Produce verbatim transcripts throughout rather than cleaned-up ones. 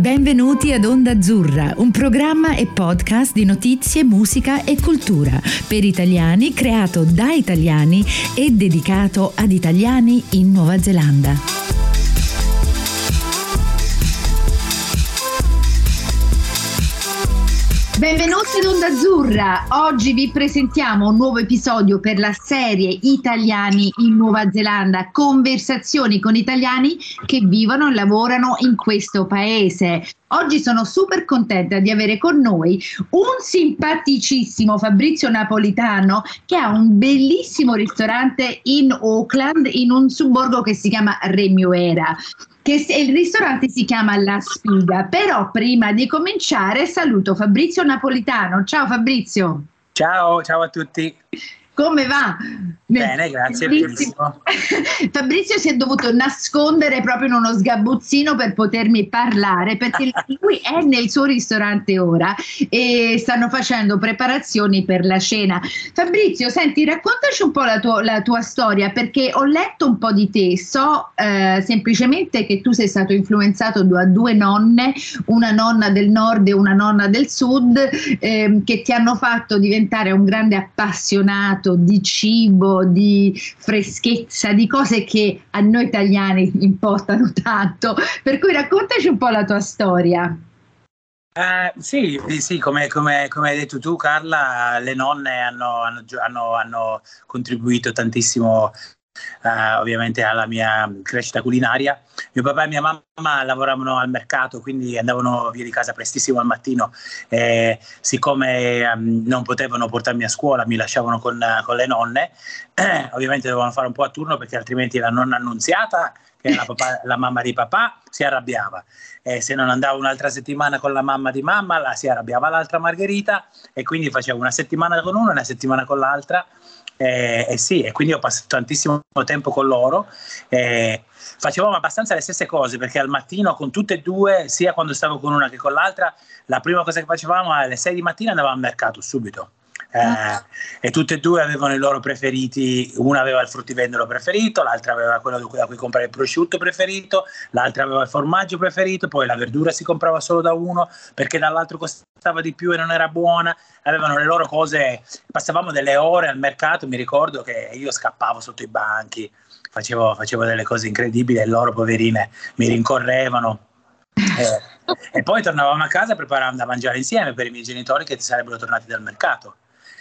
Benvenuti ad Onda Azzurra, un programma e podcast di notizie, musica e cultura per italiani, creato da italiani e dedicato ad italiani in Nuova Zelanda. Benvenuti ad Onda Azzurra, oggi vi presentiamo un nuovo episodio per la serie Italiani in Nuova Zelanda, conversazioni con italiani che vivono e lavorano in questo paese. Oggi sono super contenta di avere con noi un simpaticissimo Fabrizio Napolitano che ha un bellissimo ristorante in Auckland, in un sobborgo che si chiama Remuera. Che il ristorante si chiama La Spiga, però prima di cominciare saluto Fabrizio Napolitano. Ciao Fabrizio. Ciao, ciao a tutti. Come va? Bene, grazie. Fabrizio, Fabrizio si è dovuto nascondere proprio in uno sgabuzzino per potermi parlare, perché lui è nel suo ristorante ora e stanno facendo preparazioni per la cena. Fabrizio, senti, raccontaci un po' la, tua, la tua storia, perché ho letto un po' di te, so eh, semplicemente che tu sei stato influenzato da due nonne, una nonna del nord e una nonna del sud, eh, che ti hanno fatto diventare un grande appassionato di cibo, di freschezza, di cose che a noi italiani importano tanto. Per cui raccontaci un po' la tua storia. Uh, sì, sì, come, come, come hai detto tu, Carla, le nonne hanno, hanno, hanno, hanno contribuito tantissimo Uh, ovviamente alla mia crescita culinaria. Mio papà e mia mamma lavoravano al mercato, quindi andavano via di casa prestissimo al mattino e siccome um, non potevano portarmi a scuola mi lasciavano con, uh, con le nonne. Eh, ovviamente dovevano fare un po' a turno perché altrimenti la nonna Annunziata, che è la, papà, la mamma di papà, si arrabbiava, e se non andavo un'altra settimana con la mamma di mamma la si arrabbiava l'altra Margherita, e quindi facevo una settimana con una e una settimana con l'altra. Eh, eh sì, e quindi ho passato tantissimo tempo con loro. Eh, facevamo abbastanza le stesse cose, perché al mattino con tutte e due, sia quando stavo con una che con l'altra, la prima cosa che facevamo alle sei di mattina andavamo al mercato subito. Eh, e tutte e due avevano i loro preferiti, una aveva il fruttivendolo preferito, l'altra aveva quello da cui comprare il prosciutto preferito, l'altra aveva il formaggio preferito, poi la verdura si comprava solo da uno perché dall'altro costava di più e non era buona. Avevano le loro cose, passavamo delle ore al mercato, mi ricordo che io scappavo sotto i banchi, facevo, facevo delle cose incredibili e loro poverine mi rincorrevano. Eh, e poi tornavamo a casa preparando da mangiare insieme per i miei genitori che sarebbero tornati dal mercato.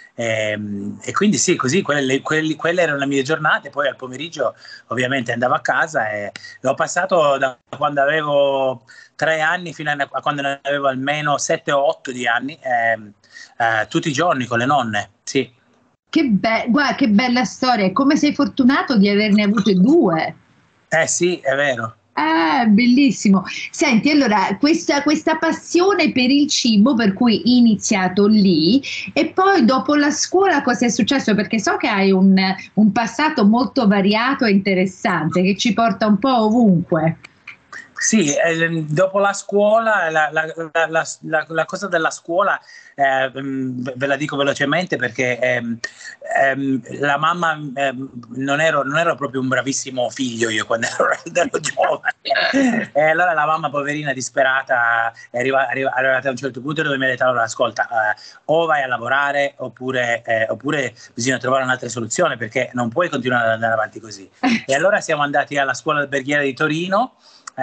E, e quindi sì, così quelle, quelle, quelle erano le mie giornate. Poi al pomeriggio ovviamente andavo a casa e l'ho passato da quando avevo tre anni fino a quando ne avevo almeno sette o otto di anni, eh, eh, tutti i giorni con le nonne, sì. Che, be- guarda, che bella storia, come sei fortunato di averne avute due. Eh sì, è vero. Ah, bellissimo. Senti, allora, questa, questa passione per il cibo, per cui hai iniziato lì, e poi dopo la scuola cosa è successo? Perché so che hai un, un passato molto variato e interessante che ci porta un po' ovunque. Sì, eh, dopo la scuola, la, la, la, la, la cosa della scuola, eh, ve la dico velocemente perché ehm, ehm, la mamma, ehm, non, ero, non ero proprio un bravissimo figlio io quando ero, ero giovane, e allora la mamma poverina disperata è arrivata, è arrivata a un certo punto dove mi ha detto: allora ascolta, eh, o vai a lavorare oppure, eh, oppure bisogna trovare un'altra soluzione perché non puoi continuare ad andare avanti così. E allora siamo andati alla scuola alberghiera di Torino,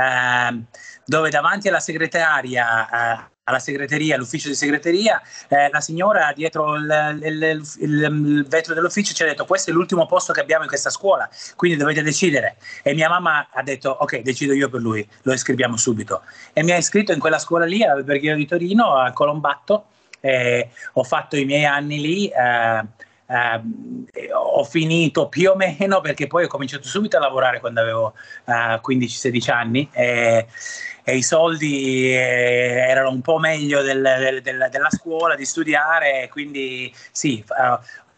Eh, dove davanti alla segretaria, eh, alla segreteria, all'ufficio di segreteria, eh, la signora dietro il, il, il, il vetro dell'ufficio ci ha detto: questo è l'ultimo posto che abbiamo in questa scuola, quindi dovete decidere. E mia mamma ha detto: ok, decido io per lui, lo iscriviamo subito. E mi ha iscritto in quella scuola lì, all'alberghiera di Torino, al Colombatto. Eh, ho fatto i miei anni lì. Eh, Uh, ho finito più o meno, perché poi ho cominciato subito a lavorare quando avevo uh, quindici sedici anni e, e i soldi eh, erano un po' meglio del, del, del, della scuola, di studiare, quindi sì, uh,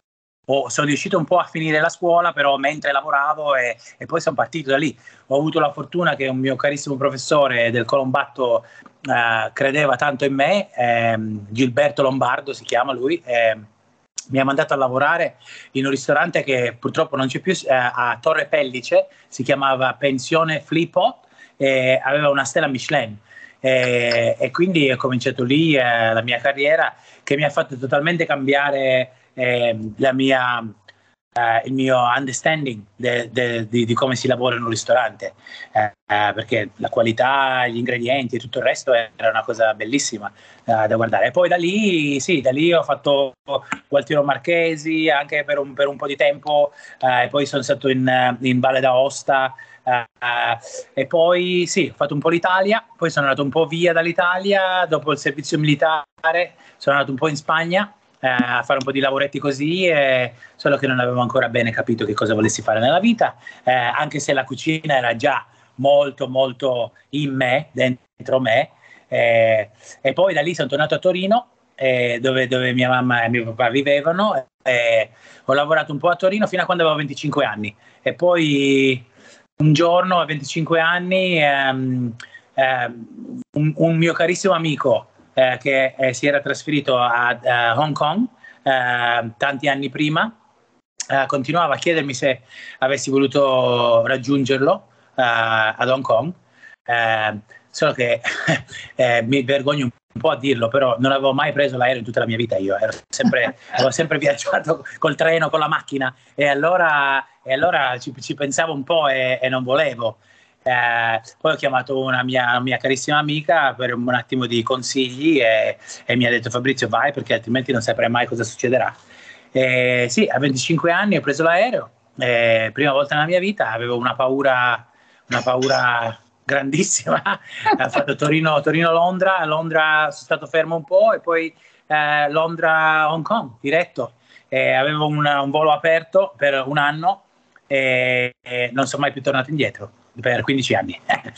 oh, sono riuscito un po' a finire la scuola però mentre lavoravo, e, e poi sono partito da lì. Ho avuto la fortuna che un mio carissimo professore del Colombatto uh, credeva tanto in me, ehm, Gilberto Lombardo si chiama lui, ehm, mi ha mandato a lavorare in un ristorante che purtroppo non c'è più, eh, a Torre Pellice, si chiamava Pensione Flippo, e aveva una stella Michelin. e, e quindi ho cominciato lì eh, la mia carriera, che mi ha fatto totalmente cambiare eh, la mia Uh, il mio understanding de, de, de, di come si lavora in un ristorante, uh, uh, perché la qualità, gli ingredienti e tutto il resto era una cosa bellissima uh, da guardare. E poi da lì, sì, da lì ho fatto Gualtiero Marchesi anche per un, per un po' di tempo, uh, e poi sono stato in, in Valle d'Aosta, uh, uh, e poi sì, ho fatto un po' l'Italia, poi sono andato un po' via dall'Italia dopo il servizio militare, sono andato un po' in Spagna Eh, a fare un po' di lavoretti così, eh, solo che non avevo ancora bene capito che cosa volessi fare nella vita, eh, anche se la cucina era già molto molto in me, dentro me, eh, e poi da lì sono tornato a Torino, eh, dove, dove mia mamma e mio papà vivevano, eh, ho lavorato un po' a Torino fino a quando avevo venticinque anni, e poi un giorno a venticinque anni ehm, ehm, un, un mio carissimo amico Eh, che eh, si era trasferito a, a Hong Kong eh, tanti anni prima, eh, continuava a chiedermi se avessi voluto raggiungerlo eh, ad Hong Kong, eh, solo che eh, mi vergogno un po' a dirlo, però non avevo mai preso l'aereo in tutta la mia vita. Io ero sempre, avevo sempre viaggiato col treno, con la macchina, e allora, e allora ci, ci pensavo un po' e, e non volevo. Eh, poi ho chiamato una mia, una mia carissima amica per un attimo di consigli, e, e mi ha detto: Fabrizio, vai, perché altrimenti non saprai mai cosa succederà. E sì, a venticinque anni ho preso l'aereo, eh, prima volta nella mia vita, avevo una paura, una paura grandissima. Ho fatto Torino, Torino-Londra, a Londra sono stato fermo un po', e poi eh, Londra-Hong Kong diretto, e avevo un, un volo aperto per un anno, e, e non sono mai più tornato indietro per quindici anni.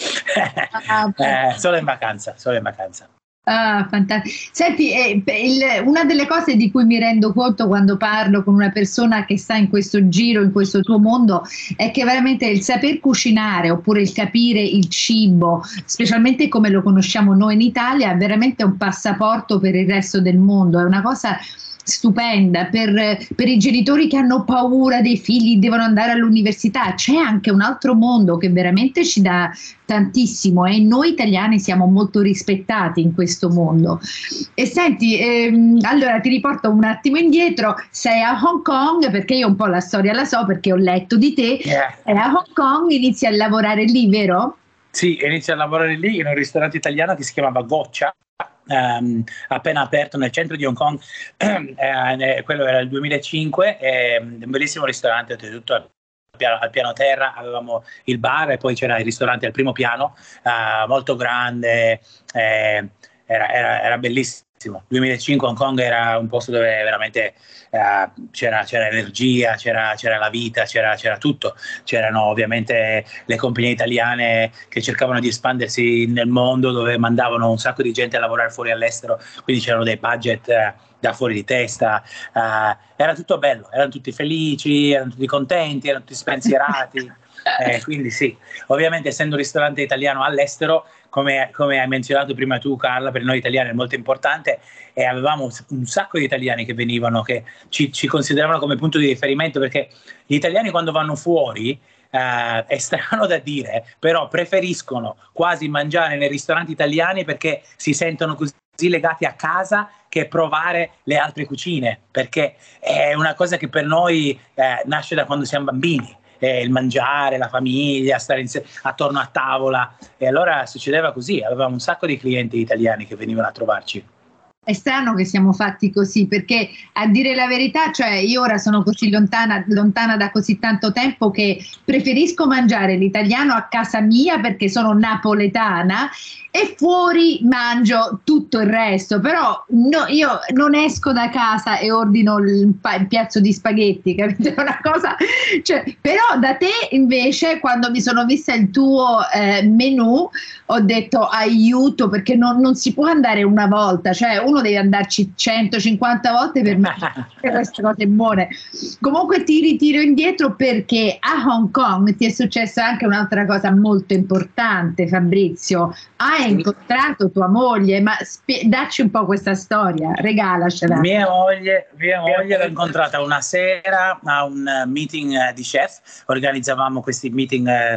Ah, eh, solo in vacanza, solo in vacanza. Ah, fantastico. Senti, eh, il, una delle cose di cui mi rendo conto quando parlo con una persona che sta in questo giro, in questo tuo mondo, è che veramente il saper cucinare, oppure il capire il cibo, specialmente come lo conosciamo noi in Italia, è veramente un passaporto per il resto del mondo. È una cosa stupenda per, per i genitori che hanno paura dei figli, devono andare all'università. C'è anche un altro mondo che veramente ci dà tantissimo, e noi italiani siamo molto rispettati in questo mondo. E senti, ehm, allora ti riporto un attimo indietro. Sei a Hong Kong, perché io un po' la storia la so perché ho letto di te. Yeah. E a Hong Kong inizi a lavorare lì, vero? Sì, inizio a lavorare lì in un ristorante italiano che si chiamava Goccia, Um, appena aperto nel centro di Hong Kong, eh, quello era il duemilacinque, eh, un bellissimo ristorante, oltretutto al piano, al piano terra avevamo il bar, e poi c'era il ristorante al primo piano, uh, molto grande, eh, era, era, era bellissimo. duemilacinque Hong Kong era un posto dove veramente uh, c'era, c'era energia, c'era, c'era la vita, c'era, c'era tutto. C'erano ovviamente le compagnie italiane che cercavano di espandersi nel mondo, dove mandavano un sacco di gente a lavorare fuori all'estero, quindi c'erano dei budget uh, da fuori di testa. Uh, era tutto bello, erano tutti felici, erano tutti contenti, erano tutti spensierati. Eh, quindi sì, ovviamente essendo un ristorante italiano all'estero, come, come hai menzionato prima tu, Carla, per noi italiani è molto importante, e avevamo un sacco di italiani che venivano, che ci, ci consideravano come punto di riferimento, perché gli italiani quando vanno fuori, eh, è strano da dire, però preferiscono quasi mangiare nei ristoranti italiani perché si sentono così legati a casa che provare le altre cucine, perché è una cosa che per noi eh, nasce da quando siamo bambini. Eh, il mangiare, la famiglia, stare insieme attorno a tavola, e allora succedeva così, avevamo un sacco di clienti italiani che venivano a trovarci. È strano che siamo fatti così, perché a dire la verità, cioè io ora sono così lontana, lontana da così tanto tempo che preferisco mangiare l'italiano a casa mia perché sono napoletana, e fuori mangio tutto il resto. Però no, io non esco da casa e ordino il, il piatto di spaghetti, capite? Una cosa, cioè, però da te invece, quando mi sono vista il tuo eh, menù, ho detto aiuto, perché non, non si può andare una volta, cioè uno uno deve andarci centocinquanta volte per mangiare queste cose buone. Comunque ti ritiro indietro perché a Hong Kong ti è successa anche un'altra cosa molto importante, Fabrizio. Hai incontrato tua moglie, ma spie- dacci un po' questa storia, regalacela. Mia moglie, mia moglie l'ho incontrata una sera a un meeting di chef, organizzavamo questi meeting eh,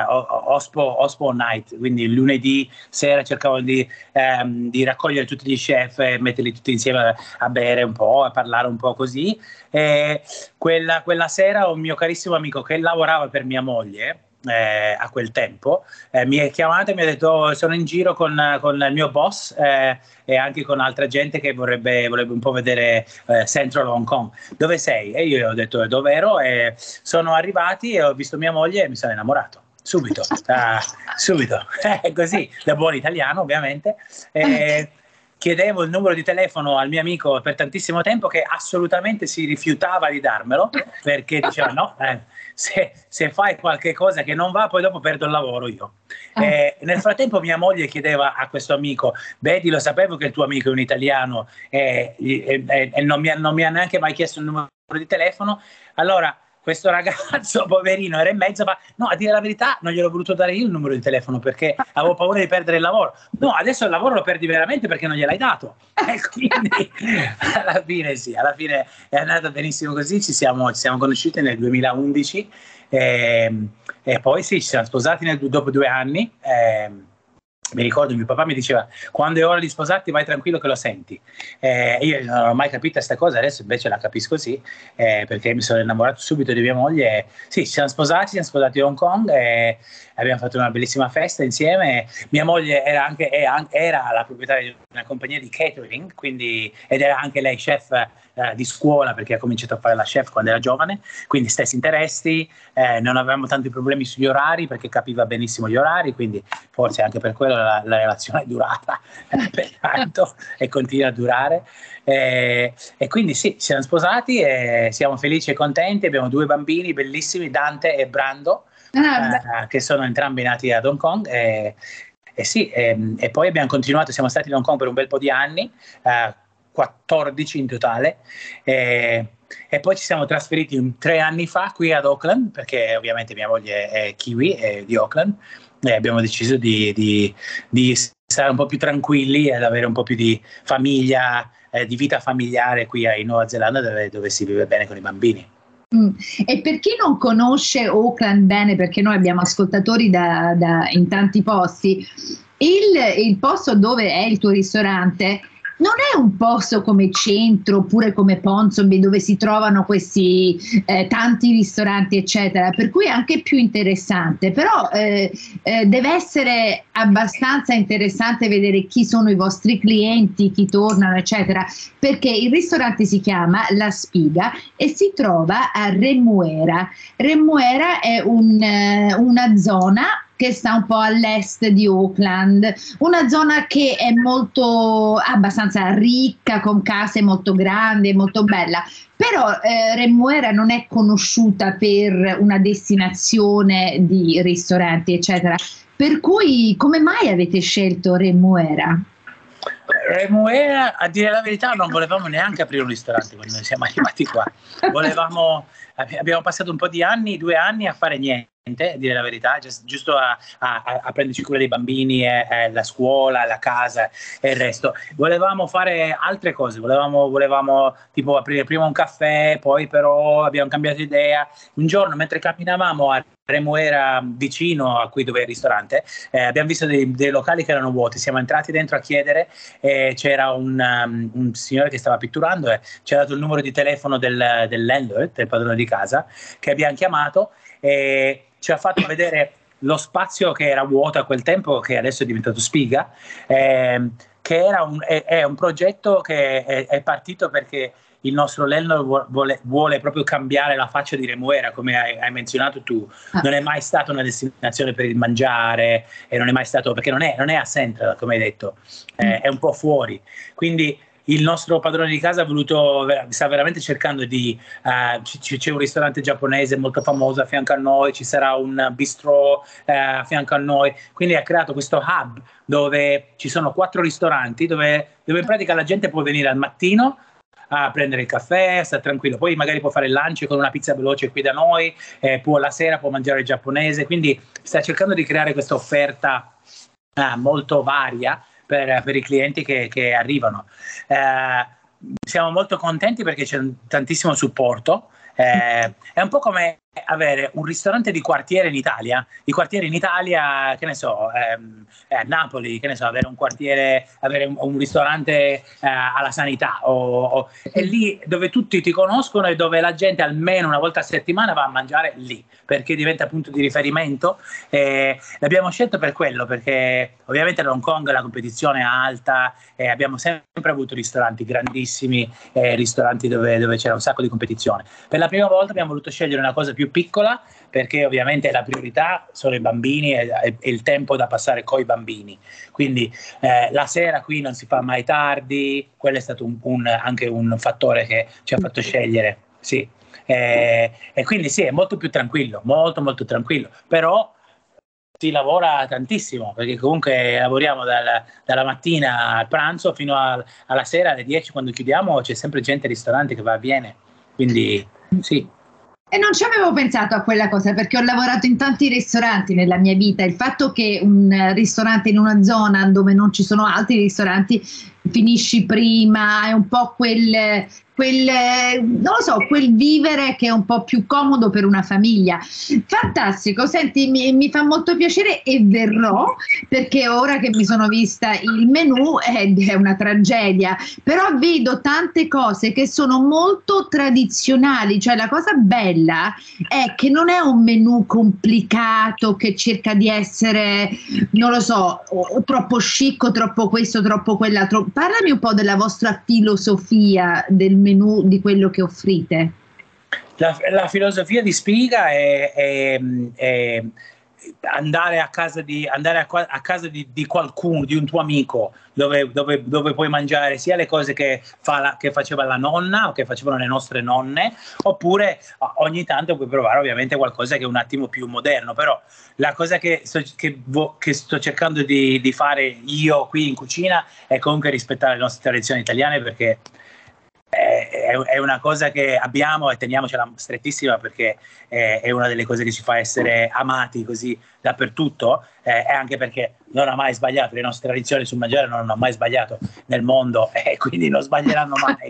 Ospo, Ospo Night, quindi il lunedì sera cercavo di, ehm, di raccogliere tutti gli chef e metterli tutti insieme a bere un po', a parlare un po' così. E quella, quella sera un mio carissimo amico che lavorava per mia moglie, Eh, a quel tempo eh, mi ha chiamato e mi ha detto oh, sono in giro con, con il mio boss eh, e anche con altra gente che vorrebbe, vorrebbe un po' vedere eh, Central Hong Kong. Dove sei? E io ho detto dove ero e sono arrivati e ho visto mia moglie e mi sono innamorato subito, ah, subito eh, così, da buon italiano ovviamente. eh, Chiedevo il numero di telefono al mio amico per tantissimo tempo che assolutamente si rifiutava di darmelo perché diceva no, eh, se, se fai qualche cosa che non va poi dopo perdo il lavoro io. Eh, nel frattempo mia moglie chiedeva a questo amico vedi lo sapevo che il tuo amico è un italiano e, e, e, e non, mi ha, non mi ha neanche mai chiesto il numero di telefono. Allora questo ragazzo poverino era in mezzo, ma no, a dire la verità non gliel'ho voluto dare io il numero di telefono perché avevo paura di perdere il lavoro. No, adesso il lavoro lo perdi veramente perché non gliel'hai dato. E quindi alla fine sì, alla fine è andata benissimo così, ci siamo, ci siamo conosciuti nel duemilaundici e, e poi sì, ci siamo sposati nel, dopo due anni. E, mi ricordo mio papà mi diceva quando è ora di sposarti vai tranquillo che lo senti. Eh, io non ho mai capito questa cosa, adesso invece la capisco sì, eh, perché mi sono innamorato subito di mia moglie. Sì, ci siamo sposati, ci siamo sposati a Hong Kong e abbiamo fatto una bellissima festa insieme. Mia moglie era anche era la proprietaria di una compagnia di catering, quindi, ed era anche lei chef eh, di scuola perché ha cominciato a fare la chef quando era giovane, quindi stessi interessi, eh, non avevamo tanti problemi sugli orari perché capiva benissimo gli orari, quindi forse anche per quello la, la relazione è durata eh, per tanto e continua a durare. Eh, e quindi sì, ci siamo sposati e siamo felici e contenti, abbiamo due bambini bellissimi, Dante e Brando, ah, eh, che sono entrambi nati ad Hong Kong e, e sì, e, e poi abbiamo continuato, siamo stati in Hong Kong per un bel po' di anni, eh, quattordici in totale, e, e poi ci siamo trasferiti un, tre anni fa qui ad Auckland perché ovviamente mia moglie è kiwi, è di Auckland, e abbiamo deciso di, di, di stare un po' più tranquilli ed avere un po' più di famiglia, eh, di vita familiare qui in Nuova Zelanda dove, dove si vive bene con i bambini. Mm. E per chi non conosce Auckland bene, perché noi abbiamo ascoltatori da, da, in tanti posti, il, il posto dove è il tuo ristorante non è un posto come Centro oppure come Ponsonby dove si trovano questi eh, tanti ristoranti eccetera, per cui è anche più interessante, però eh, eh, deve essere abbastanza interessante vedere chi sono i vostri clienti, chi tornano eccetera, perché il ristorante si chiama La Spiga e si trova a Remuera. Remuera è un, eh, una zona che sta un po' all'est di Auckland, una zona che è molto abbastanza ricca, con case molto grandi e molto bella, però eh, Remuera non è conosciuta per una destinazione di ristoranti eccetera, per cui come mai avete scelto Remuera? Remuera, a dire la verità, non volevamo neanche aprire un ristorante quando noi siamo arrivati qua. Volevamo, abbiamo passato un po' di anni, due anni a fare niente, a dire la verità, giusto a, a, a prenderci cura dei bambini, e, e la scuola, la casa e il resto. Volevamo fare altre cose, volevamo, volevamo tipo aprire prima un caffè, poi però abbiamo cambiato idea. Un giorno mentre camminavamo a Remuera, vicino a qui dove è il ristorante, eh, abbiamo visto dei, dei locali che erano vuoti, siamo entrati dentro a chiedere e c'era un, um, un signore che stava pitturando e ci ha dato il numero di telefono del, del landlord, del padrone di casa, che abbiamo chiamato e ci ha fatto vedere lo spazio che era vuoto a quel tempo, che adesso è diventato Spiga, eh, che era un, è, è un progetto che è, è partito perché il nostro landlord vuole, vuole proprio cambiare la faccia di Remuera, come hai, hai menzionato tu. Non è mai stata una destinazione per il mangiare e non è mai stato, perché non è, non è a Central, come hai detto, eh, è un po' fuori. Quindi il nostro padrone di casa ha voluto, sta veramente cercando di, uh, c- c'è un ristorante giapponese molto famoso a fianco a noi, ci sarà un bistro uh, a fianco a noi, quindi ha creato questo hub dove ci sono quattro ristoranti dove, dove in pratica la gente può venire al mattino a prendere il caffè, sta tranquillo, poi magari può fare il lunch con una pizza veloce qui da noi, eh, può la sera può mangiare il giapponese, quindi sta cercando di creare questa offerta uh, molto varia per, per i clienti che, che arrivano. Eh, siamo molto contenti perché c'è tantissimo supporto, eh, è un po' come avere un ristorante di quartiere in Italia. I quartieri in Italia, che ne so, ehm, a Napoli, che ne so, avere un quartiere, avere un, un ristorante eh, alla sanità, o, o, è lì dove tutti ti conoscono e dove la gente almeno una volta a settimana va a mangiare lì, perché diventa punto di riferimento. Eh, l'abbiamo scelto per quello, perché ovviamente ad Hong Kong la competizione è alta e abbiamo sempre avuto ristoranti grandissimi, eh, ristoranti dove, dove c'era un sacco di competizione. Per la prima volta abbiamo voluto scegliere una cosa più piccola, perché ovviamente la priorità sono i bambini e, e, e il tempo da passare coi bambini, quindi eh, la sera qui non si fa mai tardi, quello è stato un, un, anche un fattore che ci ha fatto scegliere, sì. Eh, e quindi sì, è molto più tranquillo, molto molto tranquillo, però si lavora tantissimo, perché comunque lavoriamo dal, dalla mattina al pranzo fino a, alla sera alle dieci, quando chiudiamo c'è sempre gente al ristorante che va e viene, quindi sì. E non ci avevo pensato a quella cosa, perché ho lavorato in tanti ristoranti nella mia vita. Il fatto che un ristorante in una zona dove non ci sono altri ristoranti finisci prima, è un po' quel, quel non lo so, quel vivere che è un po' più comodo per una famiglia. Fantastico, senti, mi, mi fa molto piacere e verrò, perché ora che mi sono vista il menù ed è una tragedia, però vedo tante cose che sono molto tradizionali, cioè la cosa bella è che non è un menù complicato che cerca di essere, non lo so, o, o troppo chic o troppo questo, troppo quell'altro. Parlami un po' della vostra filosofia del menù, di quello che offrite. La, la filosofia di Spiga è, è, è andare a casa di, andare a, a casa di, di qualcuno, di un tuo amico, dove, dove, dove puoi mangiare sia le cose che, fa la, che faceva la nonna o che facevano le nostre nonne, oppure ogni tanto puoi provare ovviamente qualcosa che è un attimo più moderno. Però la cosa che sto, che, che sto cercando di, di fare io qui in cucina è comunque rispettare le nostre tradizioni italiane, perché è una cosa che abbiamo e teniamocela strettissima, perché è una delle cose che ci fa essere amati così dappertutto, e anche perché non ha mai sbagliato. Le nostre tradizioni sul mangiare non hanno mai sbagliato nel mondo, e quindi non sbaglieranno mai.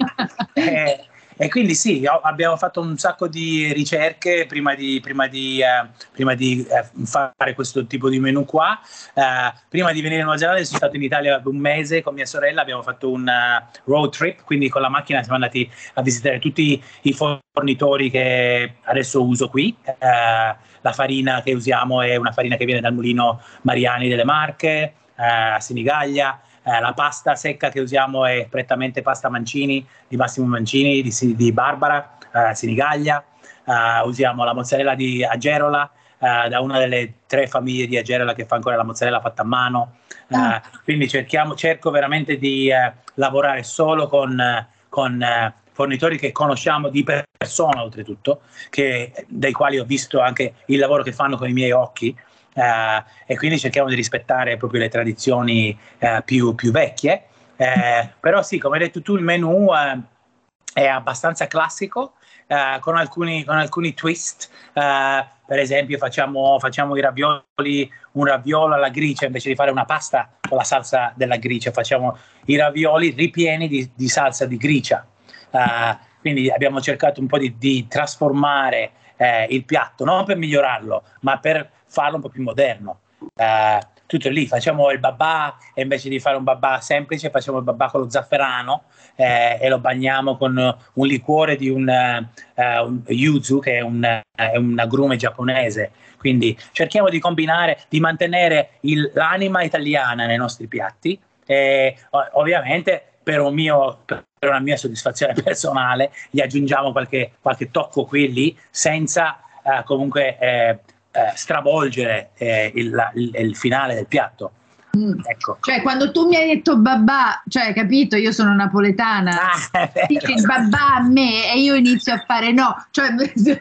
e, e quindi sì, abbiamo fatto un sacco di ricerche prima di, prima di, eh, prima di eh, fare questo tipo di menù qua. Eh, prima di venire in Nuova Zelanda sono stato in Italia un mese con mia sorella, abbiamo fatto un uh, road trip, quindi con la macchina siamo andati a visitare tutti i fornitori che adesso uso qui. Eh, la farina che usiamo è una farina che viene dal mulino Mariani delle Marche, eh, a Sinigaglia. Eh, la pasta secca che usiamo è prettamente pasta Mancini, di Massimo Mancini, di, di Barbara, eh, Sinigaglia. Eh, usiamo la mozzarella di Agerola, eh, da una delle tre famiglie di Agerola che fa ancora la mozzarella fatta a mano. Eh, ah. Quindi cerchiamo, cerco veramente di eh, lavorare solo con, con eh, fornitori che conosciamo di persona, oltretutto, che, dai quali ho visto anche il lavoro che fanno con i miei occhi. Uh, e quindi cerchiamo di rispettare proprio le tradizioni uh, più, più vecchie, uh, però sì, come hai detto tu, il menù uh, è abbastanza classico, uh, con, alcuni, con alcuni twist. Uh, per esempio facciamo, facciamo i ravioli, un raviolo alla gricia, invece di fare una pasta con la salsa della gricia facciamo i ravioli ripieni di, di salsa di gricia. Uh, quindi abbiamo cercato un po' di, di trasformare uh, il piatto, non per migliorarlo, ma per farlo un po' più moderno. Uh, tutto lì, facciamo il babà, e invece di fare un babà semplice facciamo il babà con lo zafferano, eh, e lo bagniamo con un liquore di un, uh, un yuzu, che è un, è un agrume giapponese. Quindi cerchiamo di combinare, di mantenere il, l'anima italiana nei nostri piatti, e ovviamente per, un mio, per una mia soddisfazione personale gli aggiungiamo qualche, qualche tocco qui e lì, senza uh, comunque eh, Eh, stravolgere eh, il, il, il finale del piatto. Mm. Ecco. Cioè, quando tu mi hai detto babà, cioè, capito, io sono napoletana, ah, dici babà a me e io inizio a fare no, cioè inizio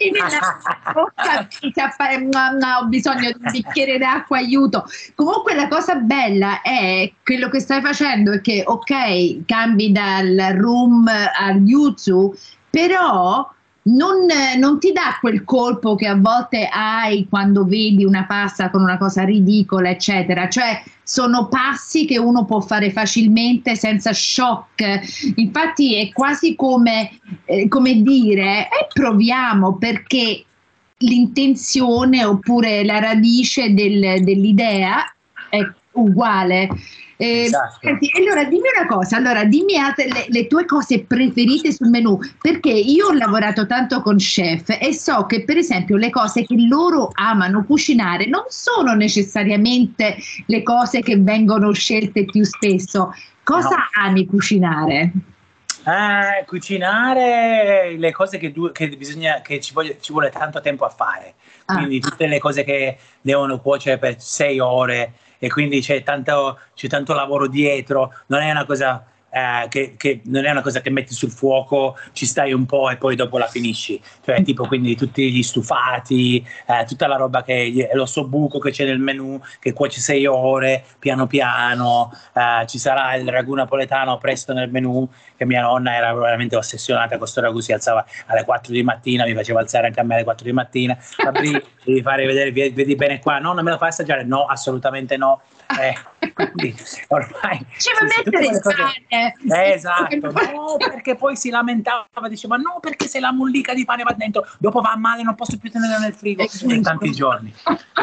a fare no, no, ho bisogno di un bicchiere d'acqua, aiuto. Comunque la cosa bella è quello che stai facendo è che ok, cambi dal rum al yuzu, però Non, non ti dà quel colpo che a volte hai quando vedi una pasta con una cosa ridicola, eccetera. Cioè, sono passi che uno può fare facilmente senza shock. Infatti è quasi come, eh, come dire, eh, proviamo, perché l'intenzione oppure la radice del, dell'idea è uguale. Eh, esatto. senti, allora dimmi una cosa, allora dimmi altre, le, le tue cose preferite sul menù, perché io ho lavorato tanto con chef e so che per esempio le cose che loro amano cucinare non sono necessariamente le cose che vengono scelte più spesso. Cosa no. ami cucinare? Eh, cucinare le cose che, du- che bisogna che ci, voglia, ci vuole tanto tempo a fare, quindi ah. tutte le cose che devono cuocere per sei ore e quindi c'è tanto, c'è tanto lavoro dietro, non è una cosa eh, che, che non è una cosa che metti sul fuoco, ci stai un po' e poi dopo la finisci, cioè tipo quindi tutti gli stufati, eh, tutta la roba che l'ossobuco che c'è nel menù che cuoce sei ore piano piano, eh, ci sarà il ragù napoletano presto nel menù, che mia nonna era veramente ossessionata con questo ragù, si alzava alle quattro di mattina, mi faceva alzare anche a me alle quattro di mattina, Fabri, devi fare vedere, vedi bene qua, no, non me lo fai assaggiare, no, assolutamente no. Eh, quindi ormai ci va sì, mettere in pane, eh, esatto, no, perché poi si lamentava, diceva no, perché se la mollica di pane va dentro dopo va male, non posso più tenerla nel frigo in tanti giorni.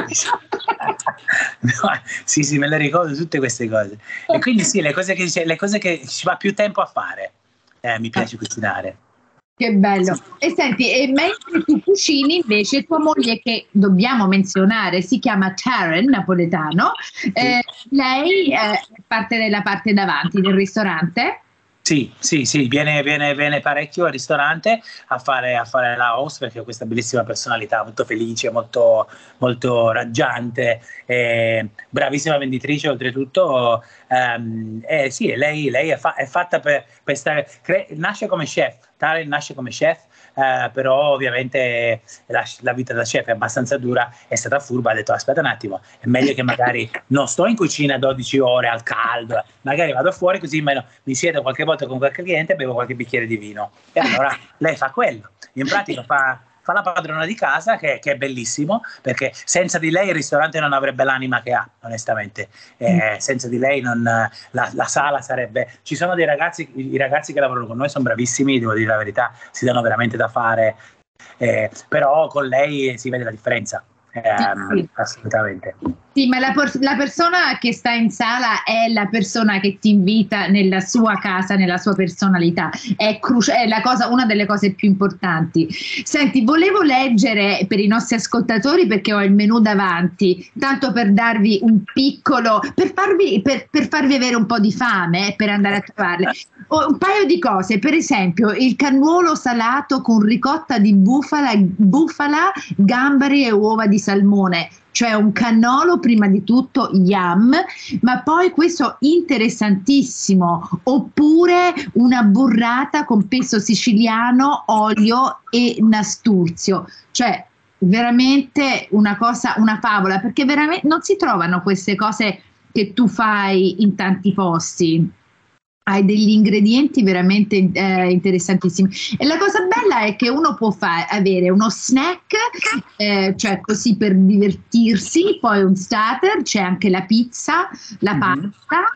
No, sì sì, me le ricordo tutte queste cose e quindi sì, le cose che, le cose che ci va più tempo a fare, eh, mi piace cucinare. Che bello. E senti, e mentre tu cucini invece tua moglie, che dobbiamo menzionare, si chiama Taryn, napoletano, eh, lei è parte della parte davanti del ristorante? Sì, sì, sì, viene, viene, viene parecchio al ristorante a fare, a fare la host perché ha questa bellissima personalità, molto felice, molto, molto raggiante, eh, bravissima venditrice oltretutto. Um, eh, sì, lei, lei è, fa- è fatta per, per stare, cre- nasce come chef, Taryn nasce come chef, eh, però ovviamente la, la vita da chef è abbastanza dura, è stata furba, ha detto aspetta un attimo, è meglio che magari non sto in cucina dodici ore al caldo, magari vado fuori così meno, mi siedo qualche volta con qualche cliente e bevo qualche bicchiere di vino. E allora lei fa quello, in pratica fa... fa la padrona di casa, che, che è bellissimo, perché senza di lei il ristorante non avrebbe l'anima che ha, onestamente. Eh, senza di lei non, la, la sala sarebbe... Ci sono dei ragazzi, i ragazzi che lavorano con noi sono bravissimi, devo dire la verità, si danno veramente da fare, eh, però con lei si vede la differenza. Eh, sì, sì. Assolutamente. Sì, ma la, por- la persona che sta in sala è la persona che ti invita nella sua casa, nella sua personalità, è, cruci- è la cosa, una delle cose più importanti. Senti, volevo leggere per i nostri ascoltatori, perché ho il menù davanti, tanto per darvi un piccolo, per farvi, per, per farvi avere un po' di fame, per andare a trovarle. Un paio di cose, per esempio il cannuolo salato con ricotta di bufala, bufala, gamberi e uova di salmone, cioè un cannolo prima di tutto yam, ma poi questo interessantissimo, oppure una burrata con pesto siciliano, olio e nasturzio, cioè veramente una cosa, una favola, perché veramente non si trovano queste cose che tu fai in tanti posti. Hai degli ingredienti veramente eh, interessantissimi, e la cosa bella è che uno può fare, avere uno snack, eh, cioè così per divertirsi, poi un starter, c'è anche la pizza, la pasta,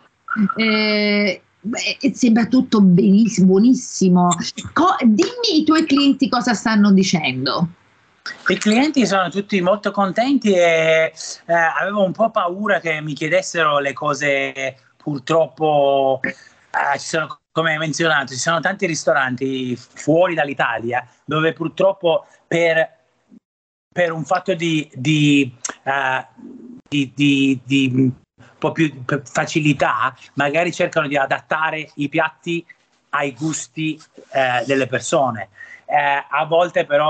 eh, beh, sembra tutto benissimo, buonissimo. Co- dimmi i tuoi clienti cosa stanno dicendo. I clienti sono tutti molto contenti e eh, avevo un po' paura che mi chiedessero le cose, purtroppo. Uh, ci sono, come hai menzionato, ci sono tanti ristoranti fuori dall'Italia dove purtroppo per, per un fatto di, di, uh, di, di, di un po' più facilità magari cercano di adattare i piatti ai gusti uh, delle persone. Uh, a volte però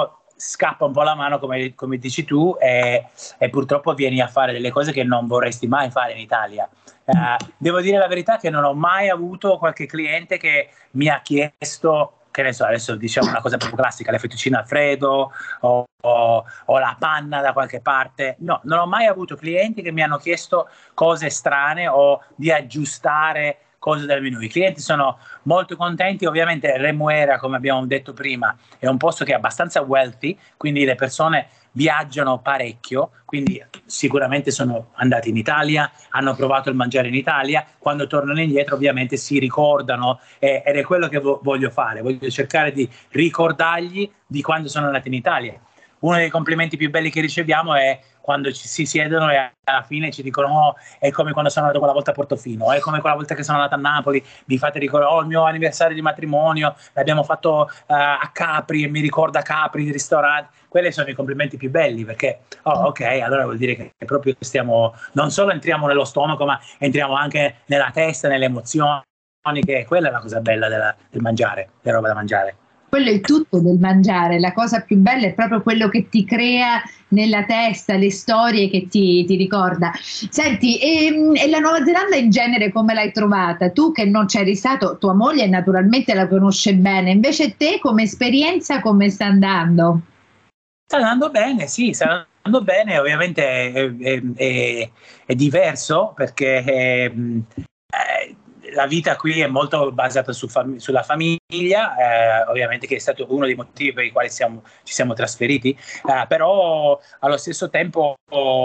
scappa un po' la mano, come, come dici tu, e, e purtroppo vieni a fare delle cose che non vorresti mai fare in Italia. Uh, devo dire la verità che non ho mai avuto qualche cliente che mi ha chiesto, che ne so, adesso diciamo una cosa proprio classica, le fettuccine Alfredo o, o, o la panna da qualche parte. No, non ho mai avuto clienti che mi hanno chiesto cose strane o di aggiustare cose del menù. I clienti sono molto contenti. Ovviamente Remuera, come abbiamo detto prima, è un posto che è abbastanza wealthy, quindi le persone viaggiano parecchio, quindi sicuramente sono andati in Italia, hanno provato il mangiare in Italia, quando tornano indietro ovviamente si ricordano, eh, ed è quello che vo- voglio fare, voglio cercare di ricordargli di quando sono andati in Italia. Uno dei complimenti più belli che riceviamo è quando ci si siedono e alla fine ci dicono oh, è come quando sono andato quella volta a Portofino, è come quella volta che sono andato a Napoli, mi fate ricordare oh, il mio anniversario di matrimonio, l'abbiamo fatto uh, a Capri e mi ricorda Capri, il ristorante. Quelli sono i complimenti più belli, perché oh, ok, allora vuol dire che proprio stiamo, non solo entriamo nello stomaco, ma entriamo anche nella testa, nelle emozioni, che quella è la cosa bella della, del mangiare, della roba da mangiare. Quello è il tutto del mangiare, la cosa più bella è proprio quello che ti crea nella testa, le storie che ti, ti ricorda. Senti, e, e la Nuova Zelanda in genere come l'hai trovata? Tu che non c'eri stato, tua moglie naturalmente la conosce bene, invece te come esperienza come sta andando? Sta andando bene, sì, sta andando bene, ovviamente è, è, è, è diverso perché è, è, la vita qui è molto basata su fam- sulla famiglia, eh, ovviamente che è stato uno dei motivi per i quali siamo, ci siamo trasferiti, eh, però allo stesso tempo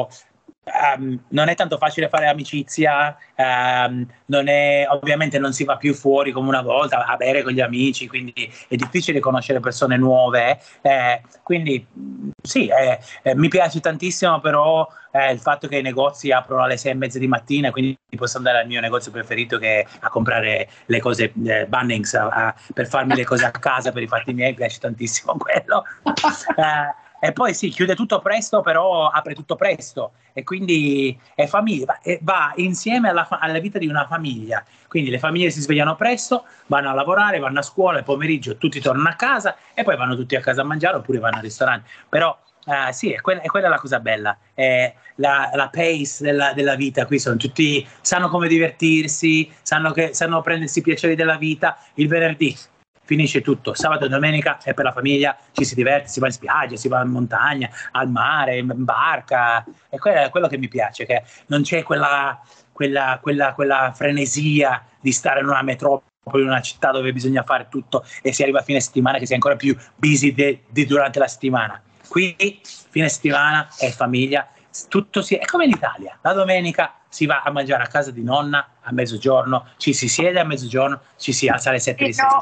um, non è tanto facile fare amicizia, um, non è, ovviamente non si va più fuori come una volta a bere con gli amici, quindi è difficile conoscere persone nuove, eh, quindi sì, eh, eh, mi piace tantissimo però eh, il fatto che i negozi aprono alle sei e mezza di mattina, quindi posso andare al mio negozio preferito che è a comprare le cose, eh, Bunnings, a, a, per farmi le cose a casa per i fatti miei, mi piace tantissimo quello. Eh, e poi sì, chiude tutto presto, però apre tutto presto e quindi è famiglia, va, va insieme alla, alla vita di una famiglia. Quindi le famiglie si svegliano presto, vanno a lavorare, vanno a scuola, il pomeriggio tutti tornano a casa e poi vanno tutti a casa a mangiare oppure vanno al ristorante. Però uh, sì, è, que- è quella la cosa bella, è la, la pace della, della vita. Qui sono tutti, sanno come divertirsi, sanno, che, sanno prendersi i piaceri della vita. Il venerdì finisce tutto, sabato e domenica è per la famiglia, ci si diverte, si va in spiaggia, si va in montagna, al mare, in barca, e quello è quello che mi piace, che non c'è quella, quella, quella, quella frenesia di stare in una metropoli, in una città dove bisogna fare tutto e si arriva a fine settimana che si è ancora più busy di, di durante la settimana. Qui fine settimana è famiglia, tutto si, è come in Italia, la domenica si va a mangiare a casa di nonna a mezzogiorno, ci si siede a mezzogiorno, ci si alza alle sette di sera.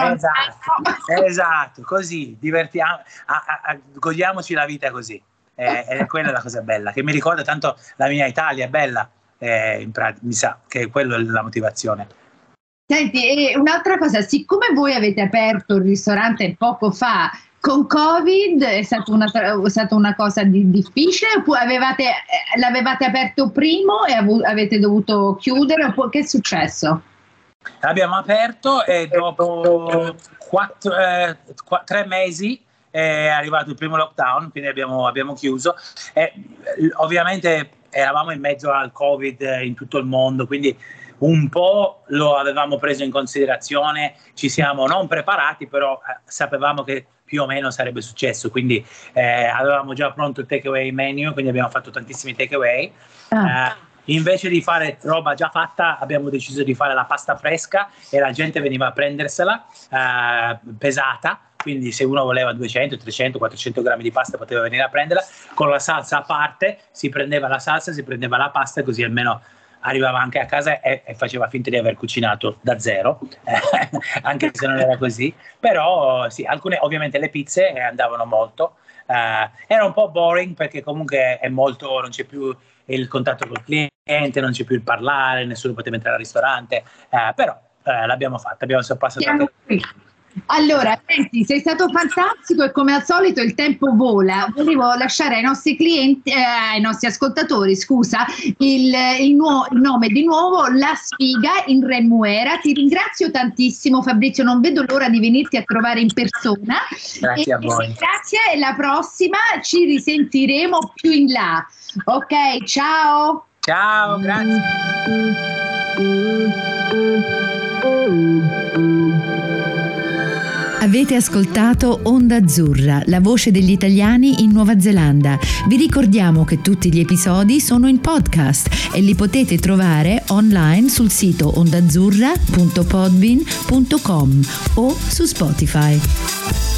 Esatto, esatto, così, divertiamo, a, a, a, godiamoci la vita così. Eh, ed è quella la cosa bella, che mi ricorda tanto la mia Italia, è bella, eh, in pratica, mi sa che quello è la motivazione. Senti, e un'altra cosa, siccome voi avete aperto il ristorante poco fa, con Covid è stata una, è stata una cosa di, difficile oppure avevate, l'avevate aperto prima e av- avete dovuto chiudere oppure che è successo? L'abbiamo aperto e dopo quattro, eh, qu- tre mesi è arrivato il primo lockdown, quindi abbiamo, abbiamo chiuso. E, ovviamente eravamo in mezzo al Covid in tutto il mondo, quindi un po' lo avevamo preso in considerazione, ci siamo non preparati, però eh, sapevamo che più o meno sarebbe successo, quindi eh, avevamo già pronto il takeaway menu, quindi abbiamo fatto tantissimi takeaway. Ah. Eh, invece di fare roba già fatta abbiamo deciso di fare la pasta fresca e la gente veniva a prendersela eh, pesata, quindi se uno voleva duecento, trecento, quattrocento grammi di pasta poteva venire a prenderla, con la salsa a parte, si prendeva la salsa, si prendeva la pasta, così almeno arrivava anche a casa e, e faceva finta di aver cucinato da zero, eh, anche se non era così. Però sì, alcune, ovviamente le pizze andavano molto, eh, era un po' boring perché comunque è molto, non c'è più il contatto col cliente, non c'è più il parlare, nessuno poteva entrare al ristorante, eh, però eh, l'abbiamo fatta, abbiamo sorpassato anche... Allora, senti, sei stato fantastico e come al solito il tempo vola. Volevo lasciare ai nostri clienti, eh, ai nostri ascoltatori, scusa, il, il, nuo- il nome di nuovo, La Sfiga in Remuera. Ti ringrazio tantissimo, Fabrizio, non vedo l'ora di venirti a trovare in persona. Grazie e, a voi. Grazie, e la prossima ci risentiremo più in là. Ok, ciao. Ciao, grazie. Avete ascoltato Onda Azzurra, la voce degli italiani in Nuova Zelanda. Vi ricordiamo che tutti gli episodi sono in podcast e li potete trovare online sul sito ondazzurra punto podbean punto com o su Spotify.